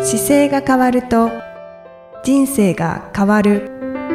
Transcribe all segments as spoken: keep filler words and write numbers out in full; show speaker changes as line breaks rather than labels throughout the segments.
姿勢が変わると人生が変わる。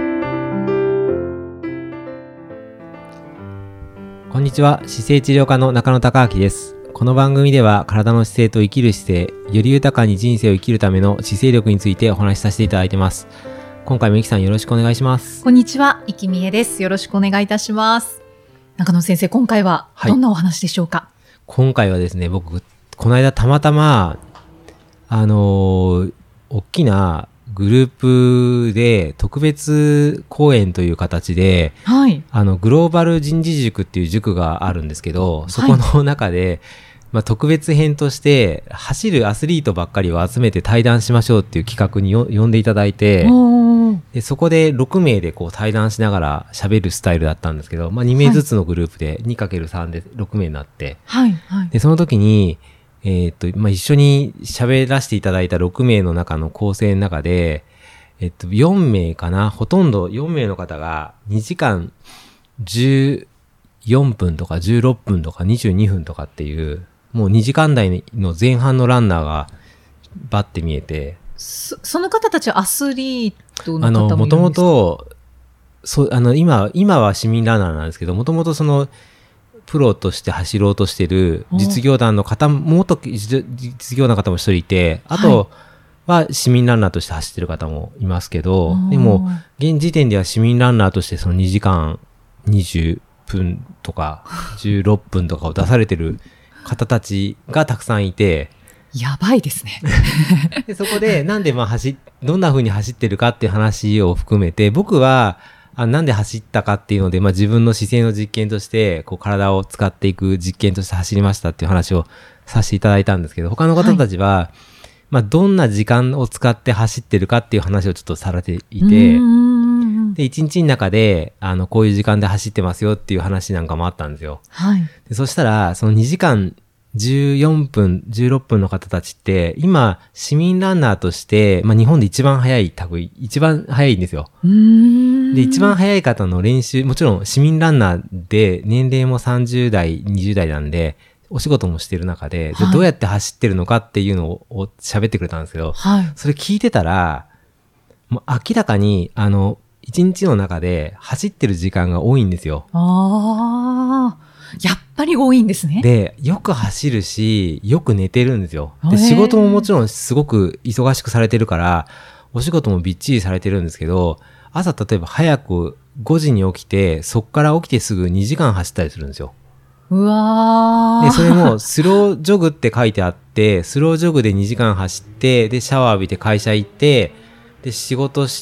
こんにちは、姿勢治療科の中野孝明です。この番組では体の姿勢と生きる姿勢、より豊かに人生を生きるための姿勢力についてお話しさせていただいてます。今回もいきさんよろしくお願いします。
こんにちは、いきみえです。よろしくお願いいたします。中野先生、今回はどんなお話でしょうか？はい、
今回はですね、僕この間たまたまあのー、大きなグループで特別講演という形で、はい、あのグローバル人事塾っていう塾があるんですけど、そこの中で、はい、まあ、特別編として走るアスリートばっかりを集めて対談しましょうっていう企画によ呼んでいただいて、でそこでろくめいでこう対談しながら喋るスタイルだったんですけど、まあ、にめいずつのグループで にかけるさん でろくめいになって、はいはい、でその時にえーっとまあ、一緒に喋らせていただいたろくめいの中の構成の中で、えっと、よんめいかな、ほとんどよんめいの方がにじかんじゅうよんぷんとかじゅうろっぷんとかにじゅうにふんとかっていう、もうにじかん台の前半のランナーがバッて見えて、
そ, その方たちはアスリートの方もいるんですか？
もともとそうあの 今, 今は市民ランナーなんですけど、もともとそのプロとして走ろうとしてる実業団の方も、元実業団の方も一人いて、あとは市民ランナーとして走ってる方もいますけど、はい、でも現時点では市民ランナーとしてそのにじかんにじゅっぷんとかじゅうろっぷんとかを出されてる方たちがたくさんいて、
やばいですね
でそこでなんでまあ走どんな風に走ってるかっていう話を含めて、僕はあなんで走ったかっていうので、まあ、自分の姿勢の実験としてこう体を使っていく実験として走りましたっていう話をさせていただいたんですけど、他の方たちは、はい、まあ、どんな時間を使って走ってるかっていう話をちょっとされていて、で一日の中であのこういう時間で走ってますよっていう話なんかもあったんですよ、はい、でそしたらそのにじかんじゅうよんぷんじゅうろっぷんの方たちって今市民ランナーとして、まあ、日本で一番早い類一番早いんですよ。うーんで一番早い方の練習、もちろん市民ランナーで年齢もさんじゅうだいにじゅうだいなんでお仕事もしてる中で、はい、でどうやって走ってるのかっていうのを喋ってくれたんですけど、はい、それ聞いてたらもう明らかにあの一日の中で走ってる時間が多いんですよ。
あーやっぱり多いんですね。
で、よく走るし、よく寝てるんですよ。で、仕事ももちろんすごく忙しくされてるから、お仕事もびっちりされてるんですけど、朝例えば早くごじに起きて、そっから起きてすぐにじかん走ったりするんですよ。
うわー。
で、それもスロージョグって書いてあって、スロージョグでにじかん走って、で、シャワー浴びて会社行って、で、仕事して、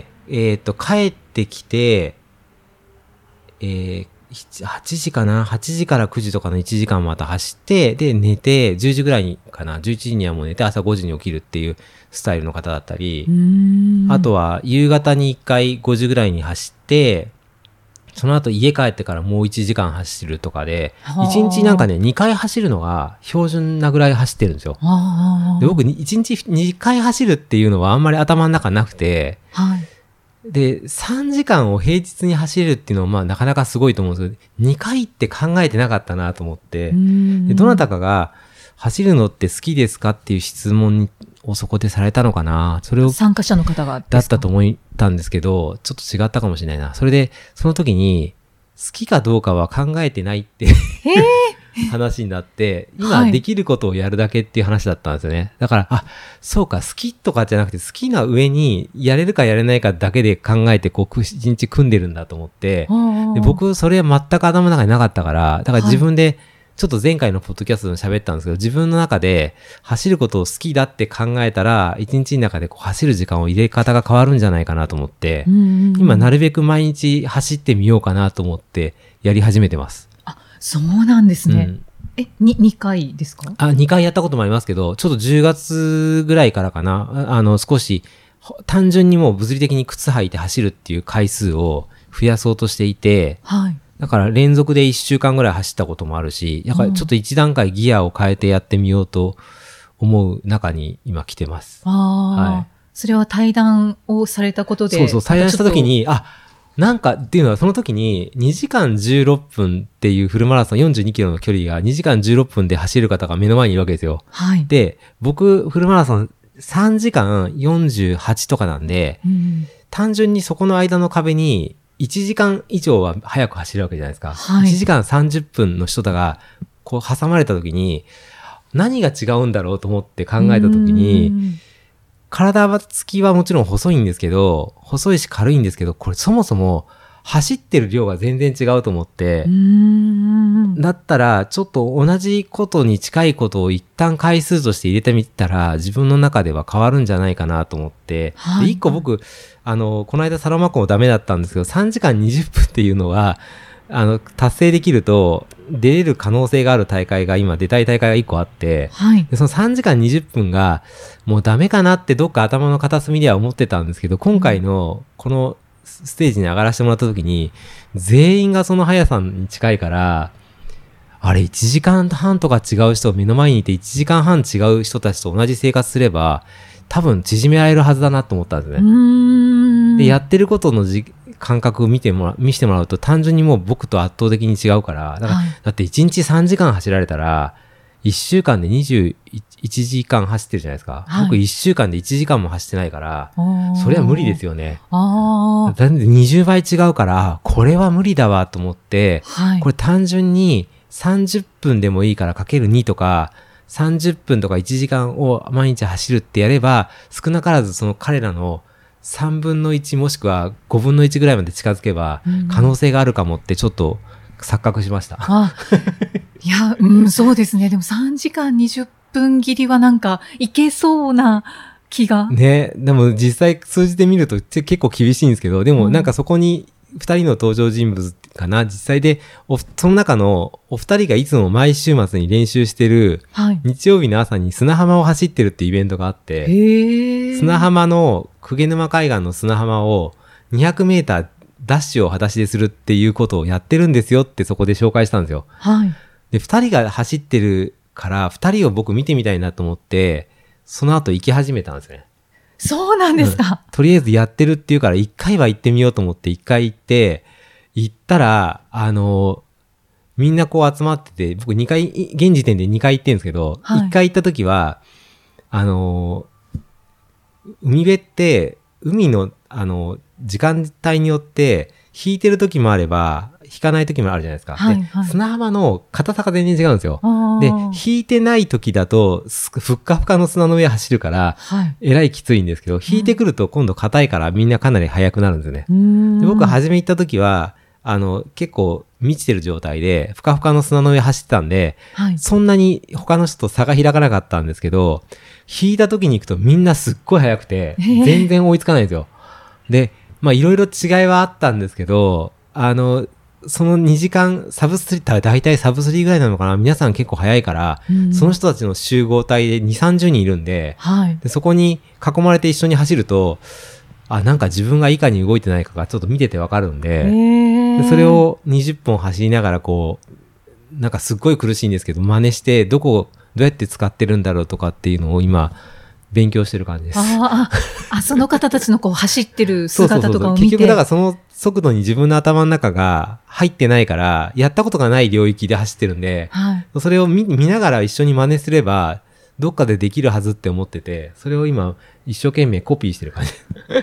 えっと、帰ってきて、えー、はちじかな ?はちじからくじとかのいちじかんまた走って、で、寝て、じゅうじぐらいにかな ?じゅういちじにはもう寝て、朝ごじに起きるっていうスタイルの方だったり、あとは夕方にいっかいごじぐらいに走って、その後家帰ってからもういちじかん走るとかで、いちにちなんかね、にかい走るのが標準なぐらい走ってるんですよ。で僕、いちにちにかい走るっていうのはあんまり頭の中なくて、はいで、さんじかんを平日に走れるっていうのはまあなかなかすごいと思うんですけど、にかいって考えてなかったなと思って、でどなたかが走るのって好きですかっていう質問をそこでされたのかな、それを
参加者の方が
だったと思ったんですけど、ちょっと違ったかもしれないな。それでその時に好きかどうかは考えてないって話になって、今できることをやるだけっていう話だったんですよね。はい、だから、あ、そうか、好きとかじゃなくて好きな上にやれるかやれないかだけで考えてこう一日組んでるんだと思って、で僕それは全く頭の中になかったから、だから自分でちょっと前回のポッドキャストで喋ったんですけど、自分の中で走ることを好きだって考えたら、一日の中でこう走る時間を入れ方が変わるんじゃないかなと思って、今なるべく毎日走ってみようかなと思ってやり始めてます。
そうなんですね。うん、え、に、にかいですか？
あ、にかいやったこともありますけど、ちょっとじゅうがつぐらいからかな、あの、少し、単純にもう物理的に靴履いて走るっていう回数を増やそうとしていて、はい。だから連続でいっしゅうかんぐらい走ったこともあるし、だからちょっと一段階ギアを変えてやってみようと思う中に今来てます。
ああ、はい。それは対談をされたことで。
そうそう、対談した時に、あ、なんかっていうのはその時ににじかんじゅうろっぷんっていうフルマラソンよんじゅうにキロの距離がにじかんじゅうろっぷんで走る方が目の前にいるわけですよ。はい。で、僕フルマラソンさんじかんよんじゅうはちとかなんで、
うん、
単純にそこの間の壁にいちじかん以上は早く走るわけじゃないですか。
はい、
いちじかんさんじゅっぷんの人がこう挟まれた時に何が違うんだろうと思って考えた時に、体つきはもちろん細いんですけど、細いし軽いんですけど、これそもそも走ってる量が全然違うと思って、
うーん、
だったらちょっと同じことに近いことを一旦回数として入れてみたら自分の中では変わるんじゃないかなと思って、
はい、
でいっこ僕あのこの間サロマ湖もダメだったんですけど、さんじかんにじゅっぷんっていうのはあの達成できると出れる可能性がある大会が今出たい大会がいっこあって、
はい、
でそのさんじかんにじゅっぷんがもうダメかなってどっか頭の片隅では思ってたんですけど、今回のこのステージに上がらせてもらった時に全員がその速さに近いから、あれいちじかんはんとか違う人を目の前にいていちじかんはん違う人たちと同じ生活すれば多分縮められるはずだなと思ったんですね。
うーん、
でやってることのじ感覚を見てもら見せてもらうと単純にもう僕と圧倒的に違うから、だから、
はい、だ
っていちにちさんじかん走られたらいっしゅうかんでにじゅういちじかん走ってるじゃないですか、はい、僕いっしゅうかんでいちじかんも走ってないからそれは無理ですよね。
あ
だってにじゅうばい違うからこれは無理だわと思って、
はい、
これ単純にさんじゅっぷんでもいいからかけるにとかさんじゅっぷんとかいちじかんを毎日走るってやれば少なからずその彼らのさんぶんのいちもしくはごぶんのいちぐらいまで近づけば可能性があるかもってちょっと錯覚しました。
あいや、うん、そうですね。でもさんじかんにじゅっぷん切りはなんかいけそうな気が。
ね、でも実際数字で見ると結構厳しいんですけど、でもなんかそこにふたりの登場人物かな、実際でおその中のお二人がいつも毎週末に練習してる、
はい、
日曜日の朝に砂浜を走ってるってイベントがあって、
へー、
砂浜の鵠沼海岸の砂浜をにひゃくメーターダッシュを裸足でするっていうことをやってるんですよってそこで紹介したんですよ。
はい、
でふたりが走ってるからふたりを僕見てみたいなと思ってその後行き始めたんですね。
そうなんですか、
うん、とりあえずやってるっていうからいっかいは行ってみようと思っていっかい行って行ったらあのみんなこう集まってて、僕にかい現時点でにかい行ってるんですけど、はい、いっかい行った時はあの海辺って海のあの時間帯によって引いてる時もあれば引かない時もあるじゃないですか、
はいはい、
で砂浜の硬さが全然違うんですよ。で引いてない時だとふっかふかの砂の上走るから、はい、えらいきついんですけど、引いてくると今度硬いからみんなかなり速くなるんですよね。で僕初め行った時はあの結構満ちてる状態でふかふかの砂の上走ってたんで、はい、そんなに他の人と差が開かなかったんですけど、引いた時に行くとみんなすっごい速くて全然追いつかないんですよ。でまあいろいろ違いはあったんですけど、あのそのにじかんサブスリー、だいたいサブスリーぐらいなのかな、皆さん結構早いから、うん、その人たちの集合体でにじゅう、さんじゅうにんいるんで、はい、でそこに囲まれて一緒に走ると、あ、なんか自分がいかに動いてないかがちょっと見ててわかるんで、でそれをにじゅっぽん走りながらこうなんかすっごい苦しいんですけど真似してどこどうやって使ってるんだろうとかっていうのを今勉強してる感じです。
ああ、その方たちのこう走ってる姿とかを見て、
結局だからその速度に自分の頭の中が入ってないからやったことがない領域で走ってるんで、はい、それを 見, 見ながら一緒に真似すればどっかでできるはずって思ってて、それを今一生懸命コピーしてる感じ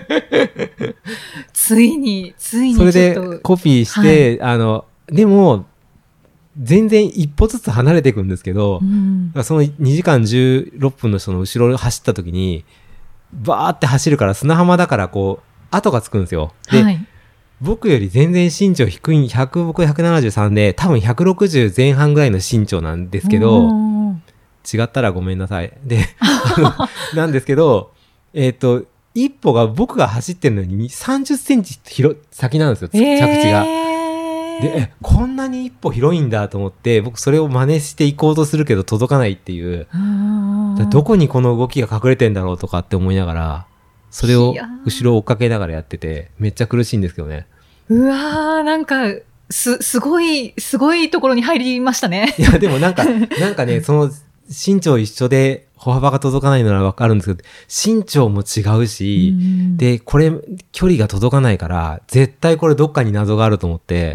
ついについに
それでコピーして、はい、あのでも全然一歩ずつ離れていくんですけど、うん、そのにじかんじゅうろっぷんの人の後ろを走った時にバーって走るから砂浜だからこう跡がつくんですよ。で、はい、僕より全然身長低いひゃく僕ひゃくななじゅうさんで多分ひゃくろくじゅうぜん半ぐらいの身長なんですけど、違ったらごめんなさい。であのなんですけどえっと一歩が僕が走ってるのにさんじゅっセンチ広先なんですよ、えー、着地が。でえこんなに一歩広いんだと思って僕それを真似していこうとするけど届かないっていう、どこにこの動きが隠れてんだろうとかって思いながらそれを後ろを追っかけながらやっててめっちゃ苦しいんですけどね。
うわーなんかすすごいすごいところに入りましたね。
いやでもなんかなんかねその身長一緒で歩幅が届かないならわかるんですけど、身長も違うし、
うん、
で、これ、距離が届かないから、絶対これどっかに謎があると思って、
うん、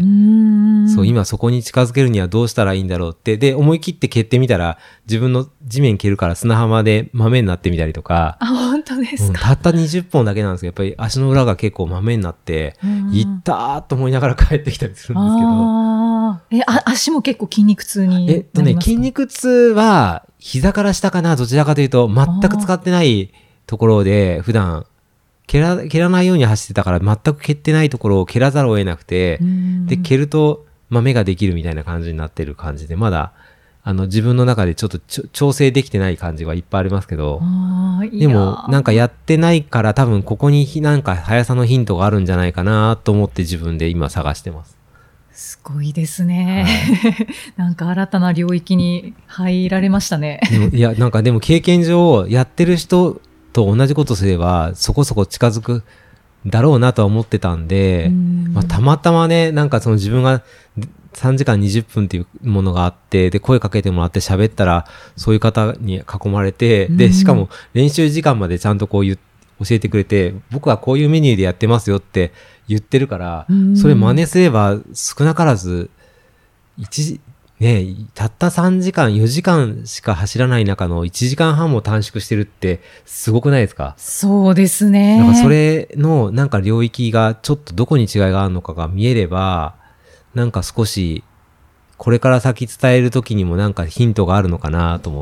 そう、今そこに近づけるにはどうしたらいいんだろうって、で、思い切って蹴ってみたら、自分の地面蹴るから砂浜で豆になってみたりとか、
あ、本当です
うん、
か。
たったにじゅっぽんだけなんですけど、やっぱり足の裏が結構豆になって、
うん、
いったーと思いながら帰ってきたりするんですけど。
あえあ足も結構筋肉痛になりますか？
えっとね、筋肉痛は、膝から下かな、どちらかというと、全く使ってないところで、普段、蹴ら、蹴らないように走ってたから、全く蹴ってないところを蹴らざるを得なくて、で、蹴ると豆ができるみたいな感じになってる感じで、まだ、あの、自分の中でちょっとちょ調整できてない感じはいっぱいありますけど、でも、なんかやってないから、多分ここになんか速さのヒントがあるんじゃないかなと思って自分で今探してます。
すごいですね。
はい、
なんか新たな領域に入られましたね。
でもいや、なんかでも経験上、やってる人と同じことすれば、そこそこ近づくだろうなとは思ってたんで、んまあ、たまたまね、なんかその自分がさんじかんにじゅっぷんっていうものがあって、で、声かけてもらって喋ったら、そういう方に囲まれて、で、しかも練習時間までちゃんとこう言って、教えてくれて、僕はこういうメニューでやってますよって言ってるから、それ真似すれば少なからず、一ね、たったさんじかん、よじかんしか走らない中のいちじかんはんも短縮してるってすごくないですか？
そうですね。
なんかそれのなんか領域がちょっとどこに違いがあるのかが見えれば、なんか少しこれから先伝えるときにもなんかヒントがあるのかなと思って。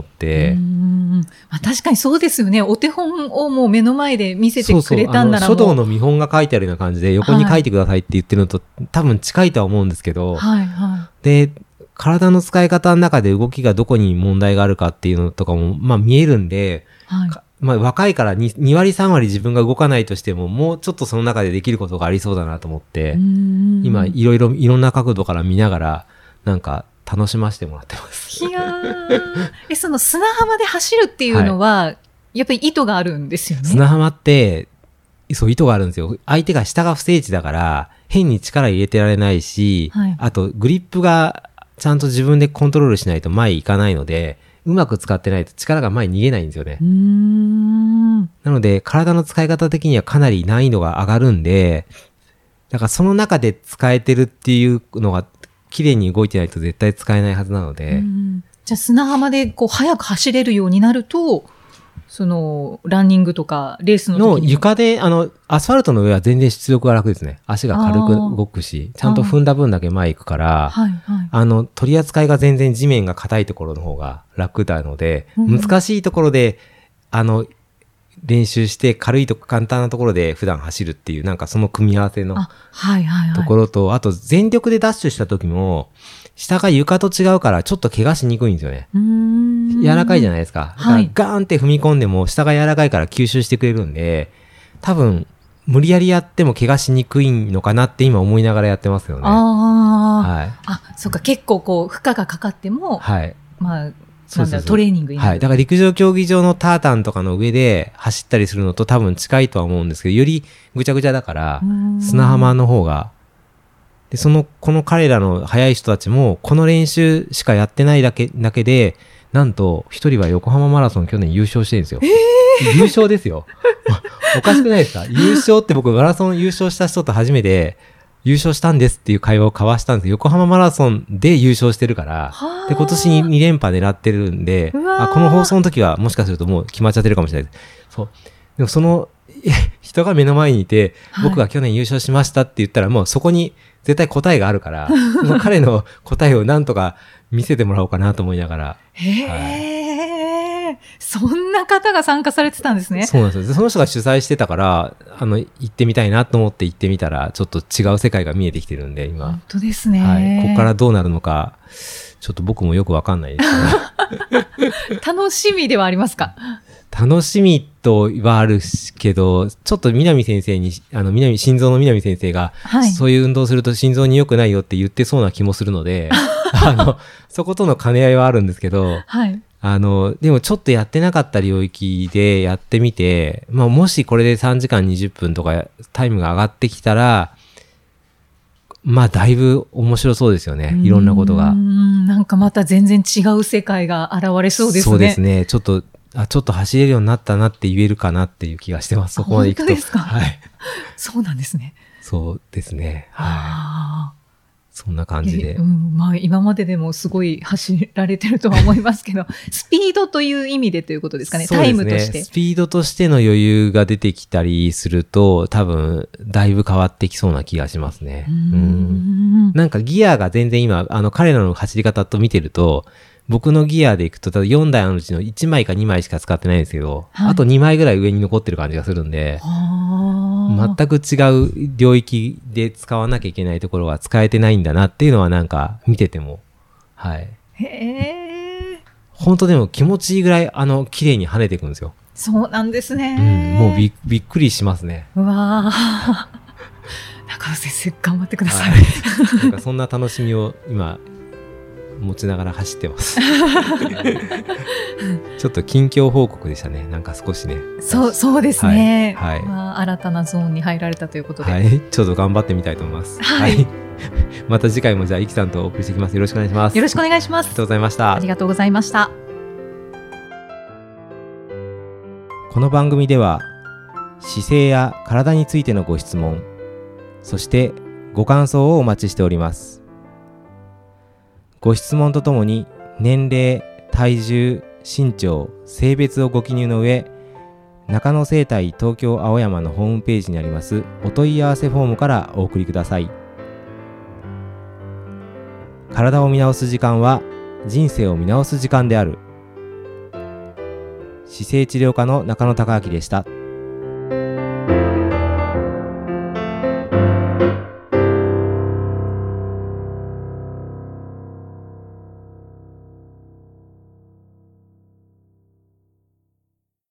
うーん、まあ、確かにそうですよね。お手本をもう目の前で見せてくれたんならもう。
そうそう、書道の見本が書いてあるような感じで横に書いてくださいって言ってるのと、はい、多分近いとは思うんですけど、
はいはい、
で、体の使い方の中で動きがどこに問題があるかっていうのとかも、まあ見えるんで、はい、まあ若いから 2, に割さん割自分が動かないとしても、もうちょっとその中でできることがありそうだなと思って、今いろいろいろんな角度から見ながら、なんか楽しませてもらってます。
いやーえ、その砂浜で走るっていうのは、はい、やっぱり意図があるんですよね。
砂浜って、そう、意図があるんですよ。相手が下が不整地だから、変に力入れてられないし、はい、あとグリップがちゃんと自分でコントロールしないと前行かないので、うまく使ってないと力が前に逃げないんですよね。
うーん
なので、体の使い方的にはかなり難易度が上がるんで、だからその中で使えてるっていうのが、綺麗に動いてないと絶対使えないはずなので。
うんじゃあ砂浜でこう速く走れるようになると、そのランニングとかレースの時に
の床で、あの、アスファルトの上は全然出力が楽ですね。足が軽く動くし、ちゃんと踏んだ分だけ前行くから、
はいはい、
あの、取り扱いが全然地面が硬いところの方が楽なので、うん、難しいところで、あの、練習して軽いと簡単なところで普段走るっていう、なんかその組み合わせのところと、あと全力でダッシュした時も、下が床と違うからちょっと怪我しにくいんですよね。
うーん
柔らかいじゃないですか。だからガーンって踏み込んでも下が柔らかいから吸収してくれるんで、多分無理やりやっても怪我しにくいのかなって今思いながらやってますよね。
ああ、
はい。
あ、そっか、結構こう負荷がかかっても、はい。まあ、なんだろう、トレーニングになる。
はい。だから陸上競技場のタータンとかの上で走ったりするのと多分近いとは思うんですけど、よりぐちゃぐちゃだから、砂浜の方が、で、その、この彼らの速い人たちも、この練習しかやってないだけ、だけで、なんと、一人は横浜マラソン去年優勝してるんですよ。えー、優勝ですよ。おかしくないですか？優勝って僕、マラソン優勝した人と初めて、優勝したんですっていう会話を交わしたんですけど、横浜マラソンで優勝してるから、で、今年にに連覇狙ってるんで、あ、この放送の時はもしかするともう決まっちゃってるかもしれないです。そう。でもその、人が目の前にいて、僕が去年優勝しましたって言ったら、もうそこに絶対答えがあるから、その彼の答えをなんとか見せてもらおうかなと思いながら。
へー、はい、そんな方が参加されてたんですね。
そうなんですよ。その人が主催してたから、あの、行ってみたいなと思って行ってみたら、ちょっと違う世界が見えてきてるんで、今。
本当ですね。
はい。ここからどうなるのか、ちょっと僕もよくわかんないです
ね。楽しみではありますか？
楽しみとはあるけど、ちょっと南先生に、あの、南、心臓の南先生が、はい、そういう運動すると心臓に良くないよって言ってそうな気もするので、あの、そことの兼ね合いはあるんですけど、はい、あの、でもちょっとやってなかった領域でやってみて、まあ、もしこれでさんじかんにじゅっぷんとかタイムが上がってきたら、まあ、だいぶ面白そうですよね。いろんなことが。
うん、なんかまた全然違う世界が現れそうですね。
そうですね。ちょっと、 あ、ちょっと走れるようになったなって言えるかなっていう気がしてます。そこまで行くと。
本当ですか？
はい。
そうなんですね。
そうですね。はい。
あ
そんな感じで。
うん、まあ今まででもすごい走られてるとは思いますけど、スピードという意味でということですかね、
そうですね、
タイムとして。
スピードとしての余裕が出てきたりすると、多分だいぶ変わってきそうな気がしますね。
うーん
うん、なんかギアが全然今、あの彼らの走り方と見てると、僕のギアでいくと、ただよんだいあるうちのいちまいかにまいしか使ってないんですけど、はい、あとにまいぐらい上に残ってる感じがするんで、全く違う領域で使わなきゃいけないところは使えてないんだなっていうのはなんか見てても、はい。
へー。
本当でも気持ちいいぐらい、あの、綺麗に跳ねていくんですよ。
そうなんですね。
うん、もう び, びっくりしますね。
うわー。中野先生、頑張ってください。
なんかそんな楽しみを今、持ちながら走ってますちょっと近況報告でしたね。なんか少しね。
そうそうですね、
はいはい、
まあ、新たなゾーンに入られたということで、
はい、ちょっと頑張ってみたいと思います。
はい、はい、
また次回もじゃあイキさんとお送りしていきます。よろしくお願いします。
よろしくお願いします。
ありがとうございました。
ありがとうございました。
この番組では姿勢や体についてのご質問、そしてご感想をお待ちしております。ご質問とともに年齢、体重、身長、性別をご記入の上、中野生態東京青山のホームページにありますお問い合わせフォームからお送りください。体を見直す時間は人生を見直す時間である。姿勢治療科の中野孝明でした。